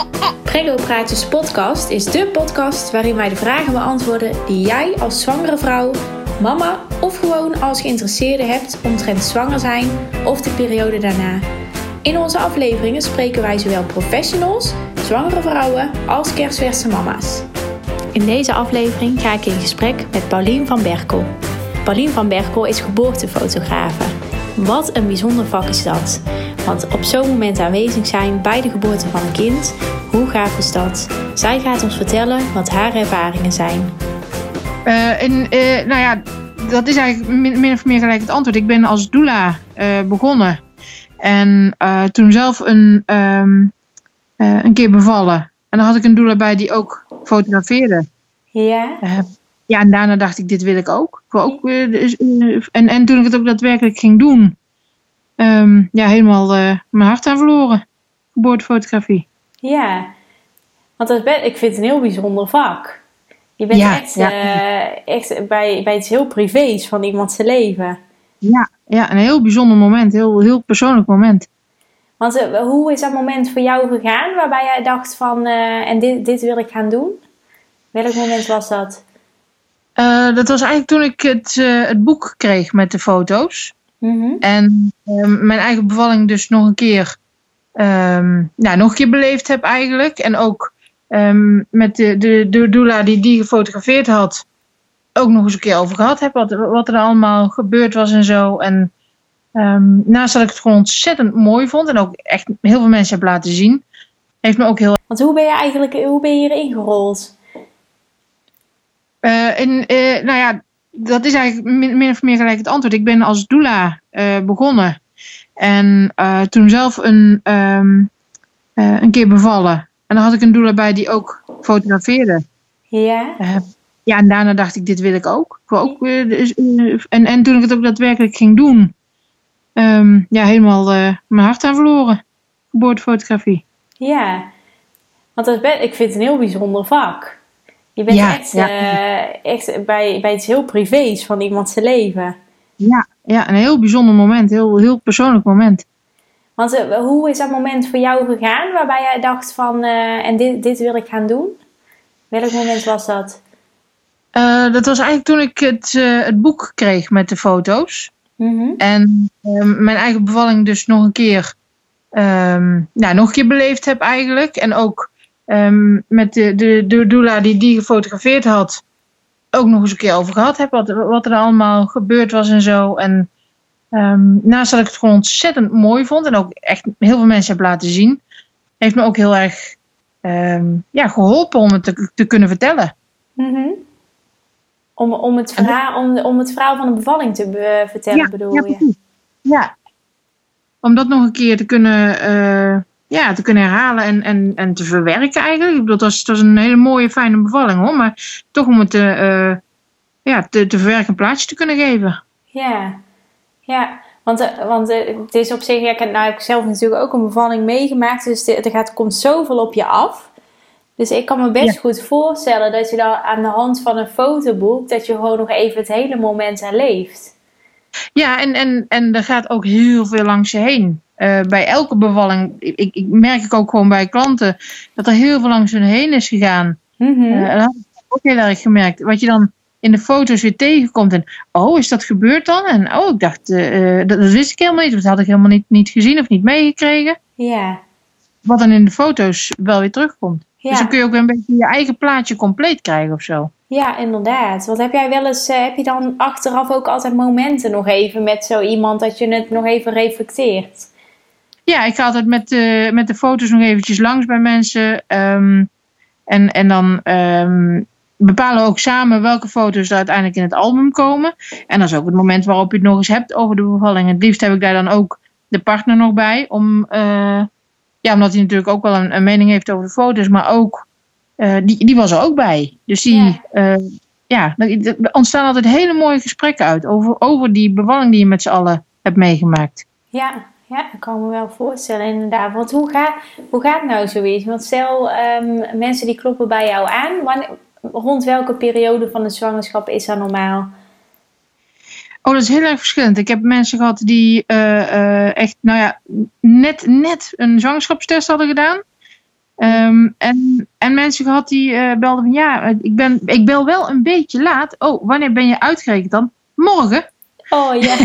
Preggo-praatjes podcast is dé podcast waarin wij de vragen beantwoorden die jij als zwangere vrouw, mama of gewoon als geïnteresseerde hebt omtrent zwanger zijn of de periode daarna. In onze afleveringen spreken wij zowel professionals, zwangere vrouwen als kerstverse mama's. In deze aflevering ga ik in gesprek met Paulien van Berkel. Paulien van Berkel is geboortefotografe. Wat een bijzonder vak is dat. Want op zo'n moment aanwezig zijn bij de geboorte van een kind, hoe gaaf is dat? Zij gaat ons vertellen wat haar ervaringen zijn. Dat is eigenlijk min of meer gelijk het antwoord. Ik ben als doula begonnen. En toen zelf een keer bevallen. En dan had ik een doula bij die ook fotografeerde. Ja? En daarna dacht ik, dit wil ik ook. Ik wil ook en toen ik het ook daadwerkelijk ging doen, helemaal mijn hart aan verloren. Geboortefotografie. Ja, want ik vind het een heel bijzonder vak. Je bent echt bij iets heel privés van iemands leven. Ja, een heel bijzonder moment. Heel persoonlijk moment. Want hoe is dat moment voor jou gegaan waarbij jij dacht van, en dit wil ik gaan doen? Welk moment was dat? Dat was eigenlijk toen ik het boek kreeg met de foto's. Mm-hmm. En mijn eigen bevalling dus nog een keer beleefd heb eigenlijk. En ook met de doula die gefotografeerd had, ook nog eens een keer over gehad heb. Wat er allemaal gebeurd was en zo. En naast dat ik het gewoon ontzettend mooi vond. En ook echt heel veel mensen heb laten zien. Heeft me ook heel... Want hoe ben je hierin gerold? Dat is eigenlijk min of meer gelijk het antwoord. Ik ben als doula begonnen. En toen zelf een keer bevallen. En dan had ik een doula bij die ook fotografeerde. Ja? En daarna dacht ik, dit wil ik ook. Ik wil ook en toen ik het ook daadwerkelijk ging doen, helemaal mijn hart aan verloren. Geboortefotografie. Ja, want ik vind het een heel bijzonder vak. Je bent echt bij iets heel privés van iemands leven. Ja, een heel bijzonder moment. Heel persoonlijk moment. Want hoe is dat moment voor jou gegaan waarbij jij dacht van, en dit wil ik gaan doen? Welk moment was dat? Dat was eigenlijk toen ik het boek kreeg met de foto's. Mm-hmm. En mijn eigen bevalling dus nog een keer beleefd heb eigenlijk. En ook met de doula die gefotografeerd had, ook nog eens een keer over gehad heb. Wat er allemaal gebeurd was en zo. En naast dat ik het gewoon ontzettend mooi vond. En ook echt heel veel mensen heb laten zien. Heeft me ook heel erg geholpen om het te kunnen vertellen. Mm-hmm. Om het verhaal van de bevalling te vertellen, bedoel je? Precies. Ja. Om dat nog een keer te kunnen herhalen en te verwerken eigenlijk. Ik bedoel, het was een hele mooie, fijne bevalling hoor. Maar toch om het te verwerken, een plaatje te kunnen geven. Ja. Want het is op zich... Ik heb zelf natuurlijk ook een bevalling meegemaakt. Dus er komt zoveel op je af. Dus ik kan me best goed voorstellen dat je dan aan de hand van een fotoboek, dat je gewoon nog even het hele moment herleeft. Ja, en er gaat ook heel veel langs je heen. Bij elke bevalling, ik merk ook gewoon bij klanten, dat er heel veel langs hun heen is gegaan. Mm-hmm. Dat heb ik ook heel erg gemerkt. Wat je dan in de foto's weer tegenkomt. En, is dat gebeurd dan? En ik dacht, dat wist ik helemaal niet. Dat had ik helemaal niet gezien of niet meegekregen. Ja. Wat dan in de foto's wel weer terugkomt. Ja. Dus dan kun je ook weer een beetje je eigen plaatje compleet krijgen of zo. Ja, inderdaad. Want heb je dan achteraf ook altijd momenten nog even met zo iemand dat je het nog even reflecteert? Ja, ik ga altijd met de foto's nog eventjes langs bij mensen. En dan bepalen we ook samen welke foto's er uiteindelijk in het album komen. En dat is ook het moment waarop je het nog eens hebt over de bevalling. Het liefst heb ik daar dan ook de partner nog bij. Omdat hij natuurlijk ook wel een mening heeft over de foto's. Maar ook, die was er ook bij. Dus er ontstaan altijd hele mooie gesprekken uit. Over die bevalling die je met z'n allen hebt meegemaakt. Ja, dat kan ik me wel voorstellen inderdaad. Want hoe gaat nou zoiets? Want stel, mensen die kloppen bij jou aan. Rond welke periode van de zwangerschap is dat normaal? Dat is heel erg verschillend. Ik heb mensen gehad die net een zwangerschapstest hadden gedaan. En mensen gehad die belden van ja, ik bel wel een beetje laat. Oh, wanneer ben je uitgerekend dan? Morgen. Oh ja.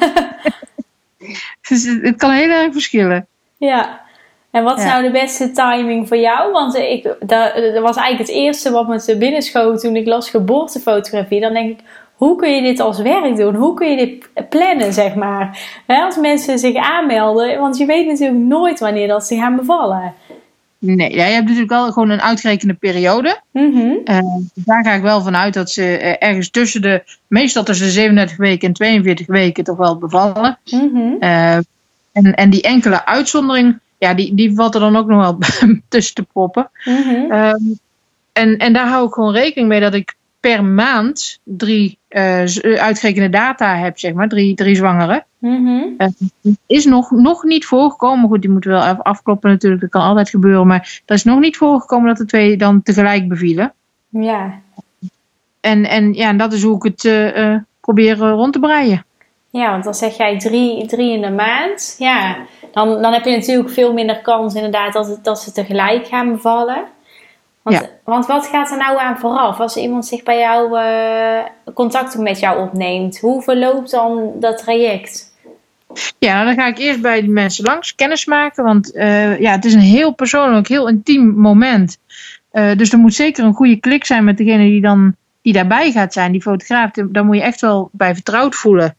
Dus het kan heel erg verschillen. Ja. En wat is nou de beste timing voor jou? Want dat was eigenlijk het eerste wat me te binnen schoot toen ik las geboortefotografie. Dan denk ik, hoe kun je dit als werk doen? Hoe kun je dit plannen, zeg maar? Als mensen zich aanmelden, want je weet natuurlijk nooit wanneer dat ze gaan bevallen. Nee, ja, je hebt natuurlijk wel gewoon een uitgerekende periode. Daar ga ik wel van uit dat ze ergens meestal tussen de 37 weken en 42 weken toch wel bevallen. En die enkele uitzondering, ja, die valt er dan ook nog wel tussen te proppen. En daar hou ik gewoon rekening mee dat ik per maand 3 uitgerekende data heb, zeg maar, 3 zwangeren. Is nog niet voorgekomen. Goed, die moeten wel even afkloppen natuurlijk. Dat kan altijd gebeuren. Maar dat is nog niet voorgekomen dat de 2 dan tegelijk bevielen. Ja. En dat is hoe ik het probeer rond te breien. Ja, want dan zeg jij 3 in de maand. Ja, dan heb je natuurlijk veel minder kans inderdaad dat ze tegelijk gaan bevallen. Want wat gaat er nou aan vooraf? Als iemand zich bij jou contact met jou opneemt, hoe verloopt dan dat traject? Ja, dan ga ik eerst bij die mensen langs, kennis maken. Want het is een heel persoonlijk, heel intiem moment. Dus er moet zeker een goede klik zijn met degene die daarbij gaat zijn. Die fotograaf, daar moet je echt wel bij vertrouwd voelen.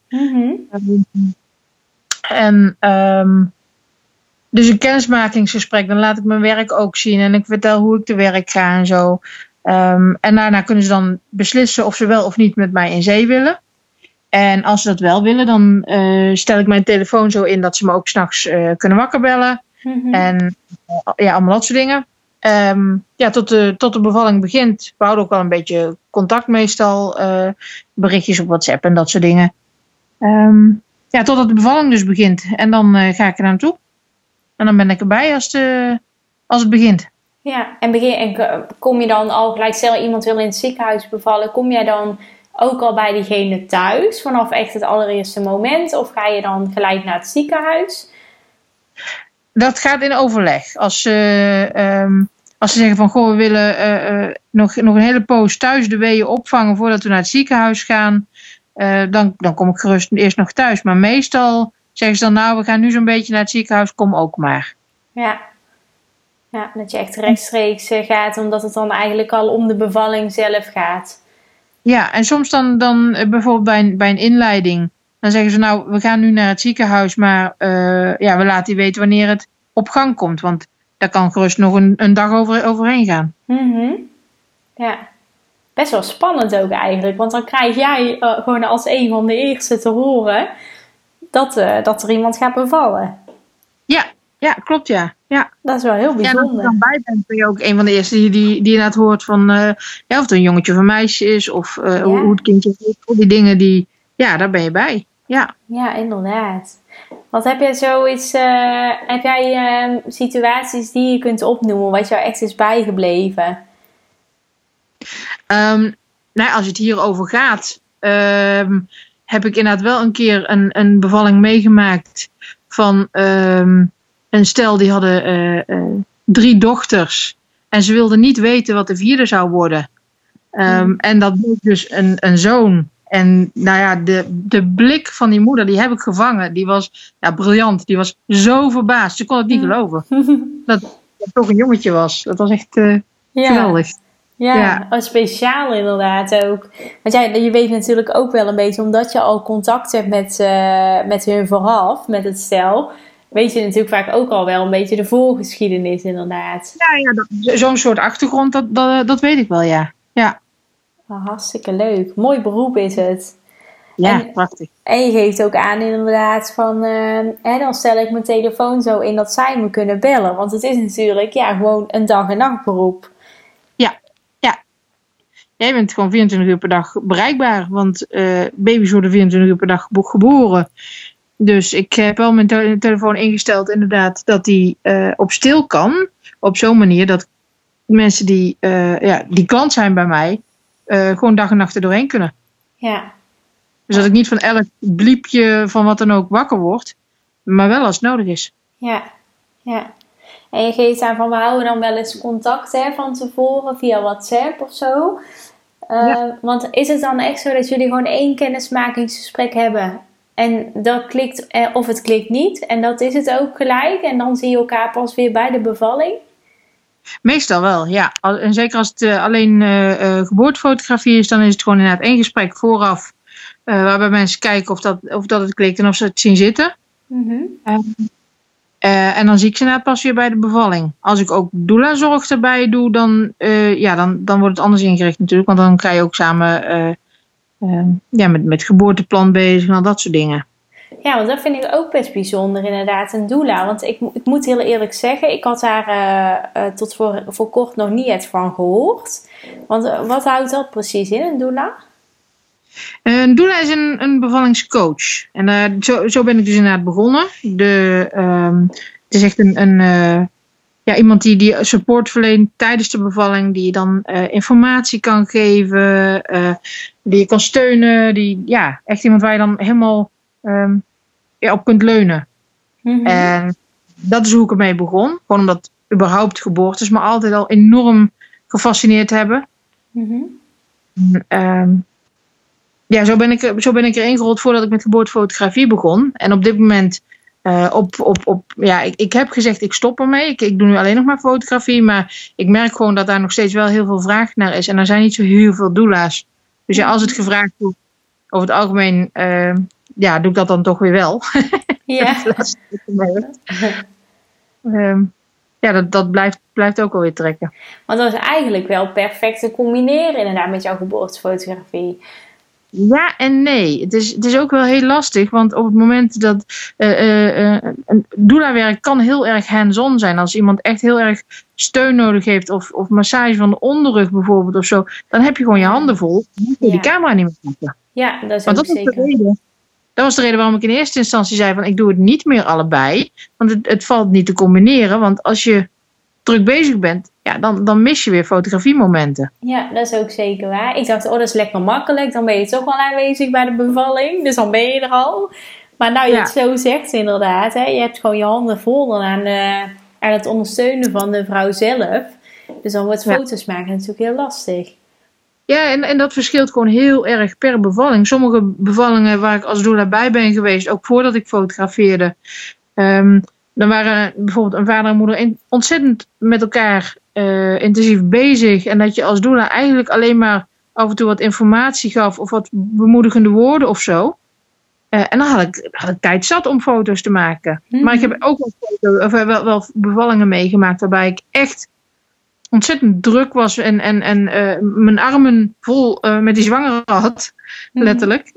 Dus een kennismakingsgesprek, dan laat ik mijn werk ook zien. En ik vertel hoe ik te werk ga en zo. En daarna kunnen ze dan beslissen of ze wel of niet met mij in zee willen. En als ze dat wel willen, dan stel ik mijn telefoon zo in dat ze me ook 's nachts kunnen wakker bellen. En allemaal dat soort dingen. Tot de bevalling begint. We houden ook wel een beetje contact meestal. Berichtjes op WhatsApp en dat soort dingen. Totdat de bevalling dus begint. En dan ga ik er naartoe. En dan ben ik erbij als het begint. Ja, en kom je dan al gelijk, stel iemand wil in het ziekenhuis bevallen, kom jij dan ook al bij diegene thuis vanaf echt het allereerste moment? Of ga je dan gelijk naar het ziekenhuis? Dat gaat in overleg. Als ze zeggen van, goh, we willen nog een hele poos thuis de weeën opvangen voordat we naar het ziekenhuis gaan, dan kom ik gerust eerst nog thuis. Maar meestal zeggen ze dan, nou, we gaan nu zo'n beetje naar het ziekenhuis, kom ook maar. Ja, dat je echt rechtstreeks gaat, omdat het dan eigenlijk al om de bevalling zelf gaat. Ja, en soms dan bijvoorbeeld bij een inleiding, dan zeggen ze, nou, we gaan nu naar het ziekenhuis, maar we laten je weten wanneer het op gang komt. Want daar kan gerust nog een dag overheen gaan. Ja, best wel spannend ook eigenlijk, want dan krijg jij gewoon als een van de eerste te horen dat er iemand gaat bevallen. Ja, klopt, ja. Dat is wel heel bijzonder. Ja, als je dan bij bent, ben je ook een van de eerste die inderdaad hoort van of het een jongetje of een meisje is, of hoe het kindje is. Al die dingen daar ben je bij. Ja, inderdaad. Wat heb jij heb jij situaties die je kunt opnoemen, wat jou echt is bijgebleven? Als het hierover gaat, heb ik inderdaad wel een keer een bevalling meegemaakt van een stel die hadden 3 dochters. En ze wilden niet weten wat de 4e zou worden. En dat bleek dus een zoon. En de blik van die moeder, die heb ik gevangen. Die was briljant. Die was zo verbaasd. Ze kon het niet geloven. Dat het toch een jongetje was. Dat was echt geweldig. Ja, speciaal inderdaad ook. Want je weet natuurlijk ook wel een beetje, omdat je al contact hebt met hun vooraf, met het stel, weet je natuurlijk vaak ook al wel een beetje de voorgeschiedenis inderdaad. Zo'n soort achtergrond, dat weet ik wel, ja. Hartstikke leuk. Mooi beroep is het. Ja, prachtig. En je geeft ook aan inderdaad van, dan stel ik mijn telefoon zo in dat zij me kunnen bellen. Want het is natuurlijk gewoon een dag- en nachtberoep. Jij bent gewoon 24 uur per dag bereikbaar. Want baby's worden 24 uur per dag geboren. Dus ik heb wel mijn telefoon ingesteld inderdaad dat die op stil kan. Op zo'n manier dat mensen die klant zijn bij mij gewoon dag en nacht er doorheen kunnen. Ja. Dus dat ik niet van elk bliepje van wat dan ook wakker word. Maar wel als het nodig is. Ja. En je geeft aan van we houden dan wel eens contact van tevoren via WhatsApp of zo. Want is het dan echt zo dat jullie gewoon 1 kennismakingsgesprek hebben en dat klikt of het klikt niet en dat is het ook gelijk en dan zie je elkaar pas weer bij de bevalling? Meestal wel, ja. En zeker als het alleen geboortefotografie is, dan is het gewoon inderdaad 1 gesprek vooraf waarbij mensen kijken of dat het klikt en of ze het zien zitten. En dan zie ik ze inderdaad pas weer bij de bevalling. Als ik ook doula-zorg erbij doe, dan wordt het anders ingericht natuurlijk. Want dan ga je ook samen met geboorteplan bezig en al dat soort dingen. Ja, want dat vind ik ook best bijzonder inderdaad, een doula. Want ik moet heel eerlijk zeggen, ik had daar tot voor kort nog niet echt van gehoord. Want wat houdt dat precies in, een doula? Een doula is een bevallingscoach. En zo ben ik dus inderdaad begonnen. Het is echt iemand die support verleent tijdens de bevalling. Die je dan informatie kan geven. Die je kan steunen. Echt iemand waar je dan helemaal op kunt leunen. En dat is hoe ik ermee begon. Gewoon omdat überhaupt geboortes me altijd al enorm gefascineerd hebben. Zo ben ik erin gerold voordat ik met geboortefotografie begon. En op dit moment, ik heb gezegd ik stop ermee. Ik doe nu alleen nog maar fotografie. Maar ik merk gewoon dat daar nog steeds wel heel veel vraag naar is. En er zijn niet zo heel veel doula's. Dus als het gevraagd wordt, over het algemeen, doe ik dat dan toch weer wel. Ja. Dat blijft ook alweer trekken. Want dat is eigenlijk wel perfect te combineren inderdaad met jouw geboortefotografie. Ja en nee. Het is ook wel heel lastig. Want op het moment dat een doula-werk kan heel erg hands-on zijn. Als iemand echt heel erg steun nodig heeft. Of massage van de onderrug bijvoorbeeld of zo. Dan heb je gewoon je handen vol. Dan kun je die camera niet meer pakken. Ja, dat is ook zeker. Dat was de reden waarom ik in eerste instantie zei van ik doe het niet meer allebei. Want het valt niet te combineren. Want als je druk bezig bent, dan mis je weer fotografiemomenten. Ja, dat is ook zeker waar. Ik dacht, dat is lekker makkelijk. Dan ben je toch wel aanwezig bij de bevalling. Dus dan ben je er al. Maar nou je het zo zegt inderdaad. Hè, je hebt gewoon je handen vol aan het ondersteunen van de vrouw zelf. Dus dan wordt foto's maken natuurlijk heel lastig. Ja, en dat verschilt gewoon heel erg per bevalling. Sommige bevallingen waar ik als doula bij ben geweest, ook voordat ik fotografeerde, dan waren bijvoorbeeld een vader en moeder ontzettend met elkaar intensief bezig. En dat je als doula eigenlijk alleen maar af en toe wat informatie gaf of wat bemoedigende woorden of zo. En dan had ik tijd zat om foto's te maken. Maar ik heb ook wel bevallingen meegemaakt waarbij ik echt ontzettend druk was en mijn armen vol met die zwangere had, letterlijk.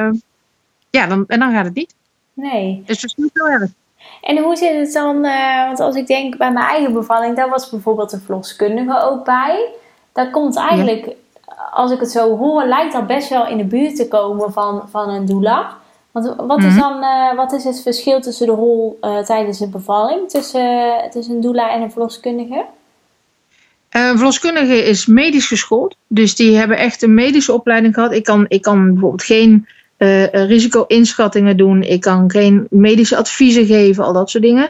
Dan gaat het niet. Nee. Dus dat is niet heel erg. En hoe zit het dan, want als ik denk bij mijn eigen bevalling, daar was bijvoorbeeld de verloskundige ook bij. Daar komt eigenlijk, als ik het zo hoor, lijkt dat best wel in de buurt te komen van een doula. Want wat is het verschil tussen de rol tijdens een bevalling, tussen een doula en een verloskundige? Een verloskundige is medisch geschoold. Dus die hebben echt een medische opleiding gehad. Ik kan bijvoorbeeld geen risico-inschattingen doen. Ik kan geen medische adviezen geven. Al dat soort dingen.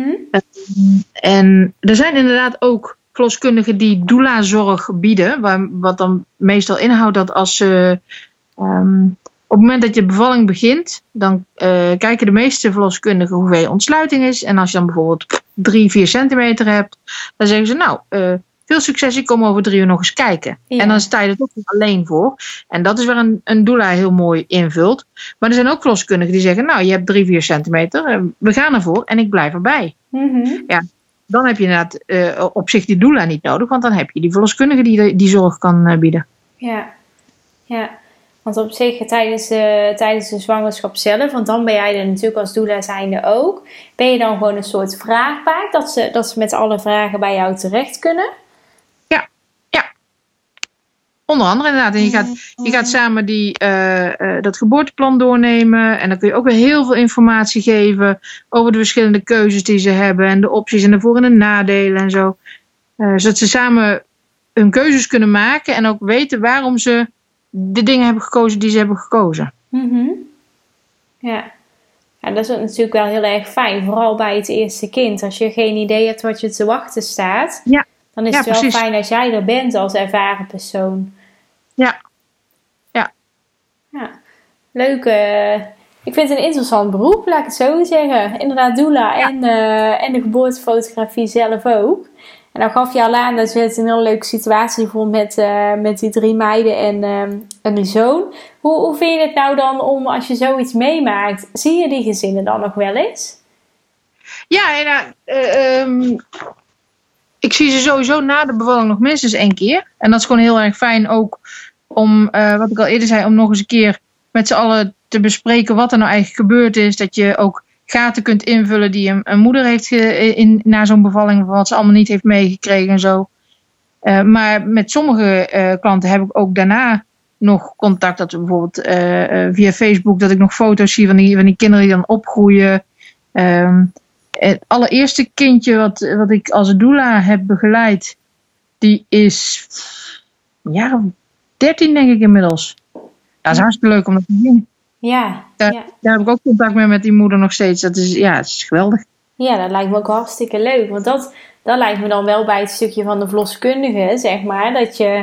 En er zijn inderdaad ook verloskundigen die doula-zorg bieden. Wat dan meestal inhoudt dat als ze op het moment dat je bevalling begint, dan kijken de meeste verloskundigen hoeveel ontsluiting is. En als je dan bijvoorbeeld 3-4 centimeter hebt, dan zeggen ze veel succes, ik kom over 3 uur nog eens kijken. Ja. En dan sta je er toch niet alleen voor. En dat is waar een doula heel mooi invult. Maar er zijn ook verloskundigen die zeggen, je hebt 3-4 centimeter, we gaan ervoor en ik blijf erbij. Ja, dan heb je inderdaad op zich die doula niet nodig, want dan heb je die verloskundige die zorg kan bieden. Ja. Want op zich tijdens de zwangerschap zelf, want dan ben jij er natuurlijk als doula zijnde ook, ben je dan gewoon een soort vraagbaak, dat ze met alle vragen bij jou terecht kunnen? Onder andere inderdaad. En je gaat samen dat geboorteplan doornemen. En dan kun je ook weer heel veel informatie geven over de verschillende keuzes die ze hebben. En de opties en de voor- en de nadelen en zo. Zodat ze samen hun keuzes kunnen maken. En ook weten waarom ze de dingen hebben gekozen die ze hebben gekozen. Ja, Ja, dat is natuurlijk wel heel erg fijn. Vooral bij het eerste kind. Als je geen idee hebt wat je te wachten staat. Ja. Dan is het wel fijn als jij er bent als ervaren persoon. Ja. Leuk. Ik vind het een interessant beroep, laat ik het zo zeggen. Inderdaad, doula en de geboortefotografie zelf ook. En dan gaf je al aan dat je het een hele leuke situatie vond met die 3 meiden en die zoon. Hoe vind je het nou dan om, als je zoiets meemaakt, zie je die gezinnen dan nog wel eens? Ja, ik zie ze sowieso na de bevalling nog minstens 1 keer. En dat is gewoon heel erg fijn ook om, wat ik al eerder zei, om nog eens een keer met z'n allen te bespreken wat er nou eigenlijk gebeurd is. Dat je ook gaten kunt invullen die een moeder heeft na zo'n bevalling, wat ze allemaal niet heeft meegekregen en zo. Maar met sommige klanten heb ik ook daarna nog contact. Dat we bijvoorbeeld via Facebook, dat ik nog foto's zie van die kinderen die dan opgroeien. Het allereerste kindje wat ik als doula heb begeleid, die is een jaar of 13 denk ik inmiddels. Dat is hartstikke leuk om dat te zien. Ja. Daar heb ik ook contact mee met die moeder nog steeds. Dat is, het is geweldig. Ja, dat lijkt me ook hartstikke leuk. Want dat lijkt me dan wel bij het stukje van de verloskundige, zeg maar. Dat je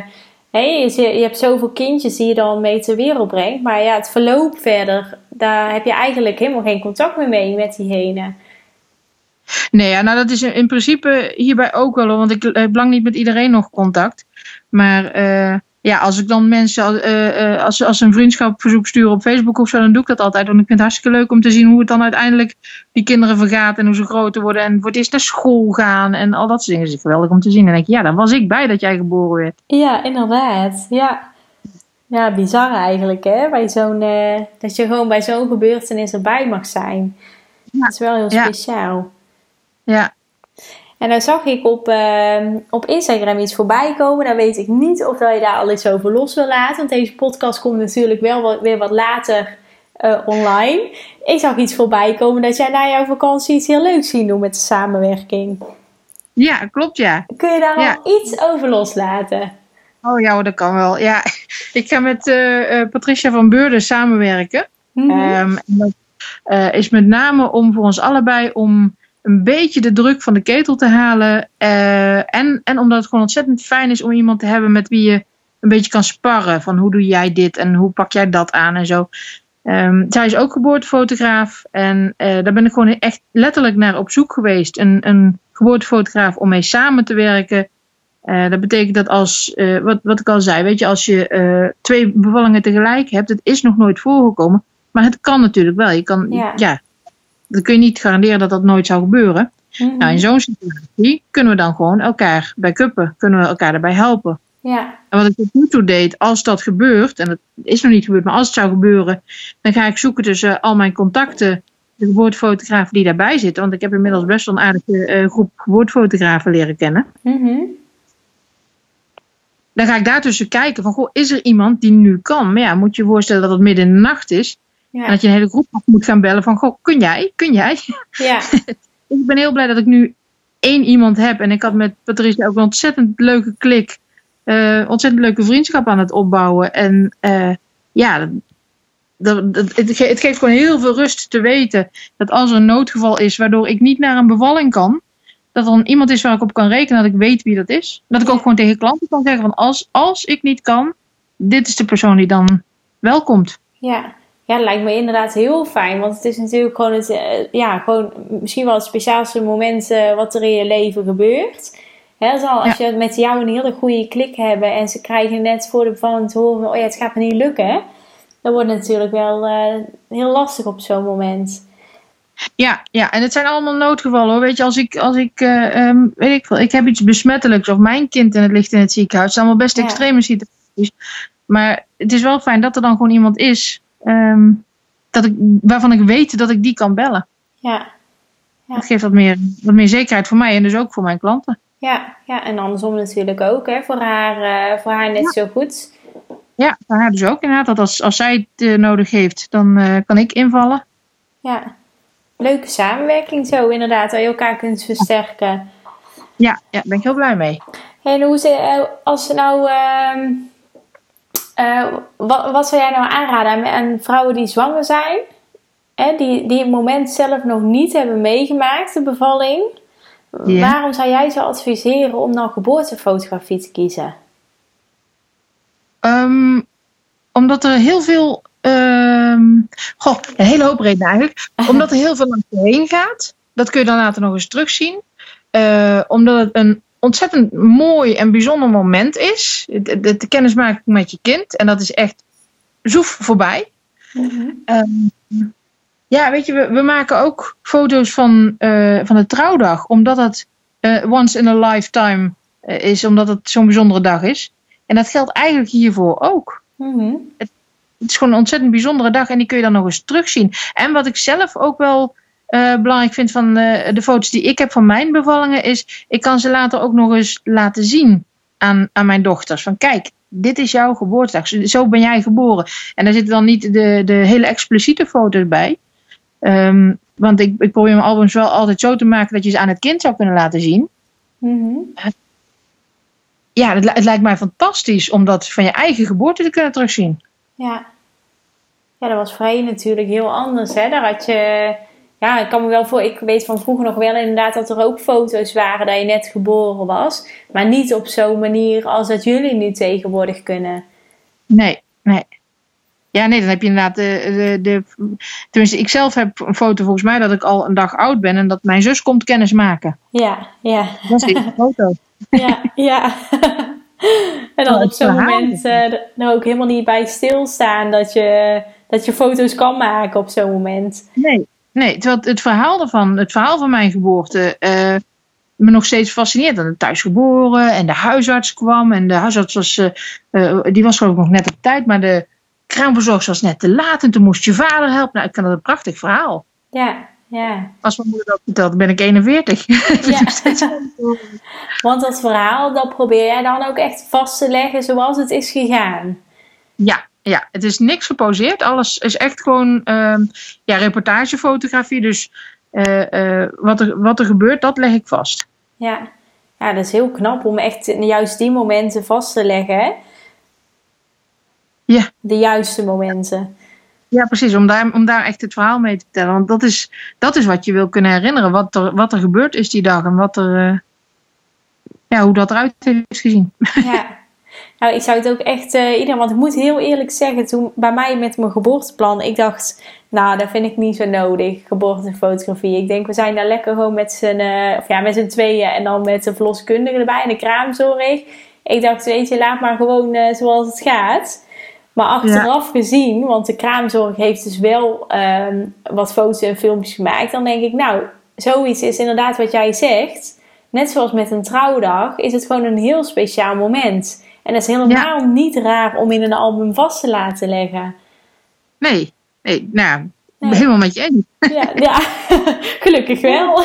hebt zoveel kindjes die je dan mee ter wereld brengt. Maar ja, het verloop verder, daar heb je eigenlijk helemaal geen contact meer mee met diegene. Nee, ja, nou dat is in principe hierbij ook wel. Want ik heb lang niet met iedereen nog contact. Maar als ik dan mensen, als ze een vriendschapverzoek sturen op Facebook of zo, dan doe ik dat altijd. Want ik vind het hartstikke leuk om te zien hoe het dan uiteindelijk die kinderen vergaat en hoe ze groter worden en voor het eerst naar school gaan en al dat soort dingen. Dat is geweldig om te zien. En dan denk ik, dan was ik bij dat jij geboren werd. Ja, inderdaad. Ja, bizar eigenlijk, hè? Dat je gewoon bij zo'n gebeurtenis erbij mag zijn. Ja. Dat is wel heel speciaal. Ja. En dan zag ik op Instagram iets voorbij komen. Dan weet ik niet of je daar al iets over los wil laten. Want deze podcast komt natuurlijk wel weer wat later online. Ik zag iets voorbij komen dat jij na jouw vakantie iets heel leuks ging doen met de samenwerking. Ja, klopt ja. Kun je daar al iets over loslaten? Oh ja, dat kan wel. Ja, ik ga met Patricia van Beurden samenwerken. Mm-hmm. En dat is met name om voor ons allebei om een beetje de druk van de ketel te halen. En omdat het gewoon ontzettend fijn is om iemand te hebben met wie je een beetje kan sparren. Van hoe doe jij dit en hoe pak jij dat aan en zo. Zij is ook geboortefotograaf. En daar ben ik gewoon echt letterlijk naar op zoek geweest. Een geboortefotograaf om mee samen te werken. Dat betekent dat wat ik al zei, weet je, als je 2 bevallingen tegelijk hebt, het is nog nooit voorgekomen. Maar het kan natuurlijk wel. Je kan, dan kun je niet garanderen dat dat nooit zou gebeuren. Mm-hmm. Nou, in zo'n situatie kunnen we dan gewoon elkaar bij kuppen. Kunnen we elkaar daarbij helpen. Ja. En wat ik tot nu toe deed, als dat gebeurt, en dat is nog niet gebeurd, maar als het zou gebeuren, dan ga ik zoeken tussen al mijn contacten, de geboortefotografen die daarbij zitten. Want ik heb inmiddels best wel een aardige groep geboortefotografen leren kennen. Mm-hmm. Dan ga ik daartussen kijken van, is er iemand die nu kan? Maar ja, moet je je voorstellen dat het midden in de nacht is. Ja. En dat je een hele groep af moet gaan bellen van, kun jij? Ja. Ik ben heel blij dat ik nu 1 iemand heb. En ik had met Patricia ook een ontzettend leuke klik. Ontzettend leuke vriendschap aan het opbouwen. En het geeft gewoon heel veel rust te weten dat als er een noodgeval is waardoor ik niet naar een bevalling kan, dat er dan iemand is waar ik op kan rekenen, dat ik weet wie dat is. Dat ik ook gewoon tegen klanten kan zeggen van als ik niet kan, dit is de persoon die dan wel komt. Ja, dat lijkt me inderdaad heel fijn. Want het is natuurlijk gewoon gewoon misschien wel het speciaalste moment wat er in je leven gebeurt. Als je met jou een hele goede klik hebt en ze krijgen net voor de bevalling te horen van, het gaat me niet lukken. Dan wordt het natuurlijk wel heel lastig op zo'n moment. Ja, en het zijn allemaal noodgevallen hoor. Weet je, ik heb iets besmettelijks of mijn kind ligt in het ziekenhuis. Het zijn allemaal best extreme situaties. Maar het is wel fijn dat er dan gewoon iemand is waarvan ik weet dat ik die kan bellen. Ja. Dat geeft wat meer zekerheid voor mij en dus ook voor mijn klanten. Ja, en andersom natuurlijk ook. Hè? Voor haar net zo goed. Ja, voor haar dus ook inderdaad. Dat als zij het nodig heeft, dan kan ik invallen. Ja, leuke samenwerking zo inderdaad. Dat je elkaar kunt versterken. Ja, daar ben ik heel blij mee. En als ze nou... wat zou jij nou aanraden aan vrouwen die zwanger zijn? die het moment zelf nog niet hebben meegemaakt, de bevalling. Ja. Waarom zou jij zo adviseren om dan geboortefotografie te kiezen? Omdat er heel veel... een hele hoop redenen eigenlijk. Omdat er heel veel langs je heen gaat. Dat kun je dan later nog eens terugzien. Omdat het een ontzettend mooi en bijzonder moment is. De kennismaking met je kind. En dat is echt zoef voorbij. Mm-hmm. Weet je, we maken ook foto's van de trouwdag. Omdat het once in a lifetime is. Omdat het zo'n bijzondere dag is. En dat geldt eigenlijk hiervoor ook. Mm-hmm. Het is gewoon een ontzettend bijzondere dag. En die kun je dan nog eens terugzien. En wat ik zelf ook wel belangrijk vind van de foto's die ik heb van mijn bevallingen. Is, ik kan ze later ook nog eens laten zien aan mijn dochters. Van kijk, dit is jouw geboortedag. Zo ben jij geboren. En daar zitten dan niet de hele expliciete foto's bij. Want ik probeer mijn albums wel altijd zo te maken dat je ze aan het kind zou kunnen laten zien. Mm-hmm. Ja, het lijkt mij fantastisch om dat van je eigen geboorte te kunnen terugzien. Ja, dat was vrij natuurlijk heel anders. Hè? Daar had je... Ja, ik kan me wel voor... Ik weet van vroeger nog wel inderdaad dat er ook foto's waren dat je net geboren was. Maar niet op zo'n manier als dat jullie nu tegenwoordig kunnen. Nee. Ja, nee, dan heb je inderdaad tenminste, ik zelf heb een foto volgens mij dat ik al een dag oud ben en dat mijn zus komt kennis maken. Ja. Dat is een foto. Ja. En dan op zo'n moment er ook helemaal niet bij stilstaan dat je foto's kan maken op zo'n moment. Nee, terwijl het verhaal van mijn geboorte me nog steeds fascineert. Dat ik thuis geboren en de huisarts kwam. En de huisarts was, die was geloof ik nog net op tijd, maar de kraamverzorgster was net te laat. En toen moest je vader helpen. Nou, ik vind dat een prachtig verhaal. Ja. Als mijn moeder dat vertelt, ben ik 41. Ja. Want dat verhaal, dat probeer jij dan ook echt vast te leggen zoals het is gegaan. Ja, het is niks geposeerd. Alles is echt gewoon reportagefotografie. Dus wat er gebeurt, dat leg ik vast. Ja, dat is heel knap om echt juist die momenten vast te leggen. Hè? Ja. De juiste momenten. Ja, precies. Om daar echt het verhaal mee te vertellen. Want dat is wat je wil kunnen herinneren. Wat er gebeurd is die dag. En hoe dat eruit heeft gezien. Ja. Nou, ik zou het ook echt want ik moet heel eerlijk zeggen, toen bij mij met mijn geboorteplan, ik dacht, nou, dat vind ik niet zo nodig, geboortefotografie. Ik denk, we zijn daar lekker gewoon met z'n tweeën en dan met de verloskundige erbij en de kraamzorg. Ik dacht, weet je, laat maar gewoon zoals het gaat. Maar achteraf gezien, want de kraamzorg heeft dus wel wat foto's en filmpjes gemaakt, dan denk ik, nou, zoiets is inderdaad wat jij zegt. Net zoals met een trouwdag is het gewoon een heel speciaal moment. En dat is helemaal niet raar om in een album vast te laten leggen. Nee. Helemaal met je eens. Ja. Gelukkig wel.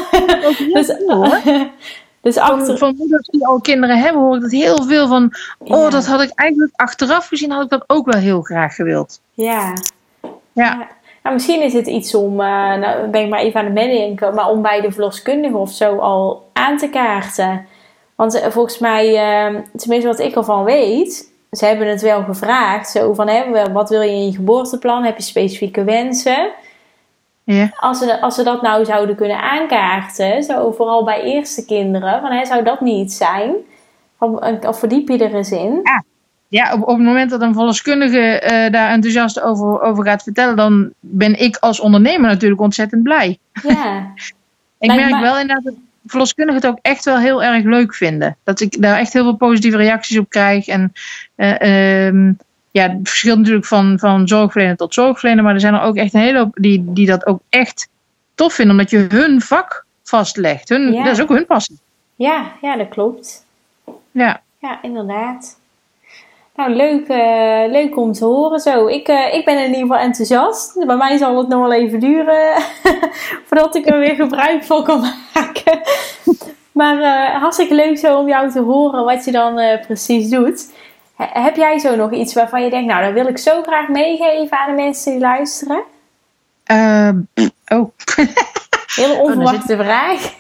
Dus van moeders die al kinderen hebben, hoor ik dat heel veel van... dat had ik eigenlijk achteraf gezien, had ik dat ook wel heel graag gewild. Ja. Nou, misschien is het iets om, ben ik maar even aan het meedenken, maar om bij de verloskundige of zo al aan te kaarten. Want volgens mij, tenminste wat ik ervan weet, ze hebben het wel gevraagd. Zo van, wat wil je in je geboorteplan? Heb je specifieke wensen? Ja. Als ze dat nou zouden kunnen aankaarten, zo vooral bij eerste kinderen, zou dat niet zijn? Of verdiep je er eens in? Ja, op het moment dat een verloskundige daar enthousiast over gaat vertellen, dan ben ik als ondernemer natuurlijk ontzettend blij. Ja. Ik merk wel inderdaad dat verloskundigen het ook echt wel heel erg leuk vinden. Dat ik daar echt heel veel positieve reacties op krijg. En het verschilt natuurlijk van zorgverlener tot zorgverlener, maar er zijn er ook echt een hele hoop die dat ook echt tof vinden, omdat je hun vak vastlegt. Dat is ook hun passie. Ja, dat klopt. Ja, inderdaad. Nou, leuk om te horen zo. Ik ben in ieder geval enthousiast. Bij mij zal het nog wel even duren voordat ik er weer gebruik van kan maken. Maar hartstikke leuk zo om jou te horen wat je dan precies doet. Heb jij zo nog iets waarvan je denkt, nou, dat wil ik zo graag meegeven aan de mensen die luisteren? Heel onverwachte vraag.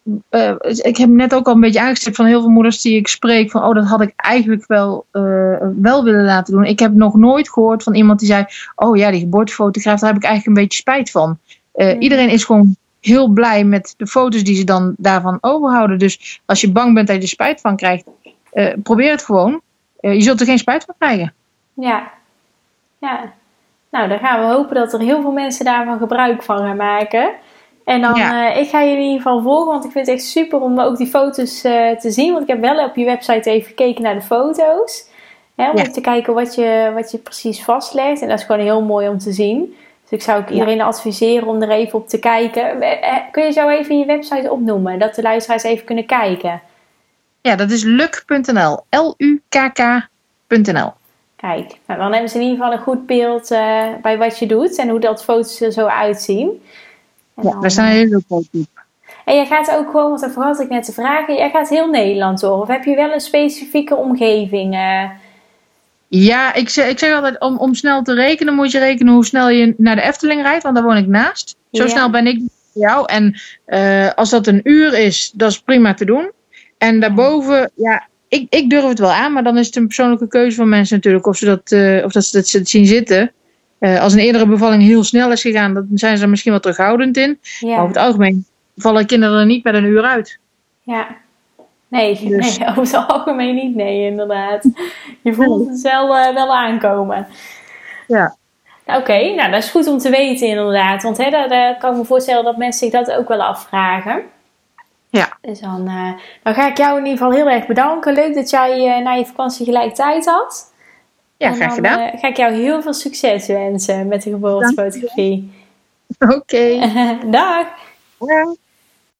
ik heb net ook al een beetje aangestipt van heel veel moeders die ik spreek. Van, dat had ik eigenlijk wel willen laten doen. Ik heb nog nooit gehoord van iemand die zei, oh ja, die geboortefotograaf, daar heb ik eigenlijk een beetje spijt van. Iedereen is gewoon heel blij met de foto's die ze dan daarvan overhouden. Dus als je bang bent dat je er spijt van krijgt, probeer het gewoon. Je zult er geen spijt van krijgen. Ja. Nou, dan gaan we hopen dat er heel veel mensen daarvan gebruik van gaan maken. En dan, ik ga jullie in ieder geval volgen, want ik vind het echt super om ook die foto's te zien. Want ik heb wel op je website even gekeken naar de foto's. Hè, om even te kijken wat je precies vastlegt. En dat is gewoon heel mooi om te zien. Dus ik zou ook iedereen adviseren om er even op te kijken. Kun je zo even je website opnoemen, dat de luisteraars even kunnen kijken? Ja, dat is luk.nl. LUKK.nl. Kijk, nou, dan hebben ze in ieder geval een goed beeld bij wat je doet en hoe dat foto's er zo uitzien. En daar staan heel veel foto's op. En jij gaat ook gewoon, want dat vergat ik net te vragen, jij gaat heel Nederland door. Of heb je wel een specifieke omgeving? Ja, ik zeg altijd, om snel te rekenen moet je rekenen hoe snel je naar de Efteling rijdt, want daar woon ik naast. Zo snel ben ik bij jou. En als dat een uur is, dat is prima te doen. En daarboven, ik durf het wel aan, maar dan is het een persoonlijke keuze van mensen natuurlijk, of dat ze dat zien zitten. Als een eerdere bevalling heel snel is gegaan, dan zijn ze er misschien wat terughoudend in. Ja. Maar over het algemeen vallen kinderen er niet met een uur uit. Ja. Nee, over het algemeen niet. Nee, inderdaad. Je voelt het wel aankomen. Ja. Oké, nou dat is goed om te weten inderdaad. Want daar kan ik me voorstellen dat mensen zich dat ook wel afvragen. Ja. Dus dan ga ik jou in ieder geval heel erg bedanken. Leuk dat jij na je vakantie gelijk tijd had. Ja, graag gedaan. Dan ga ik jou heel veel succes wensen met de geboortefotografie. Oké. Dag. Ja.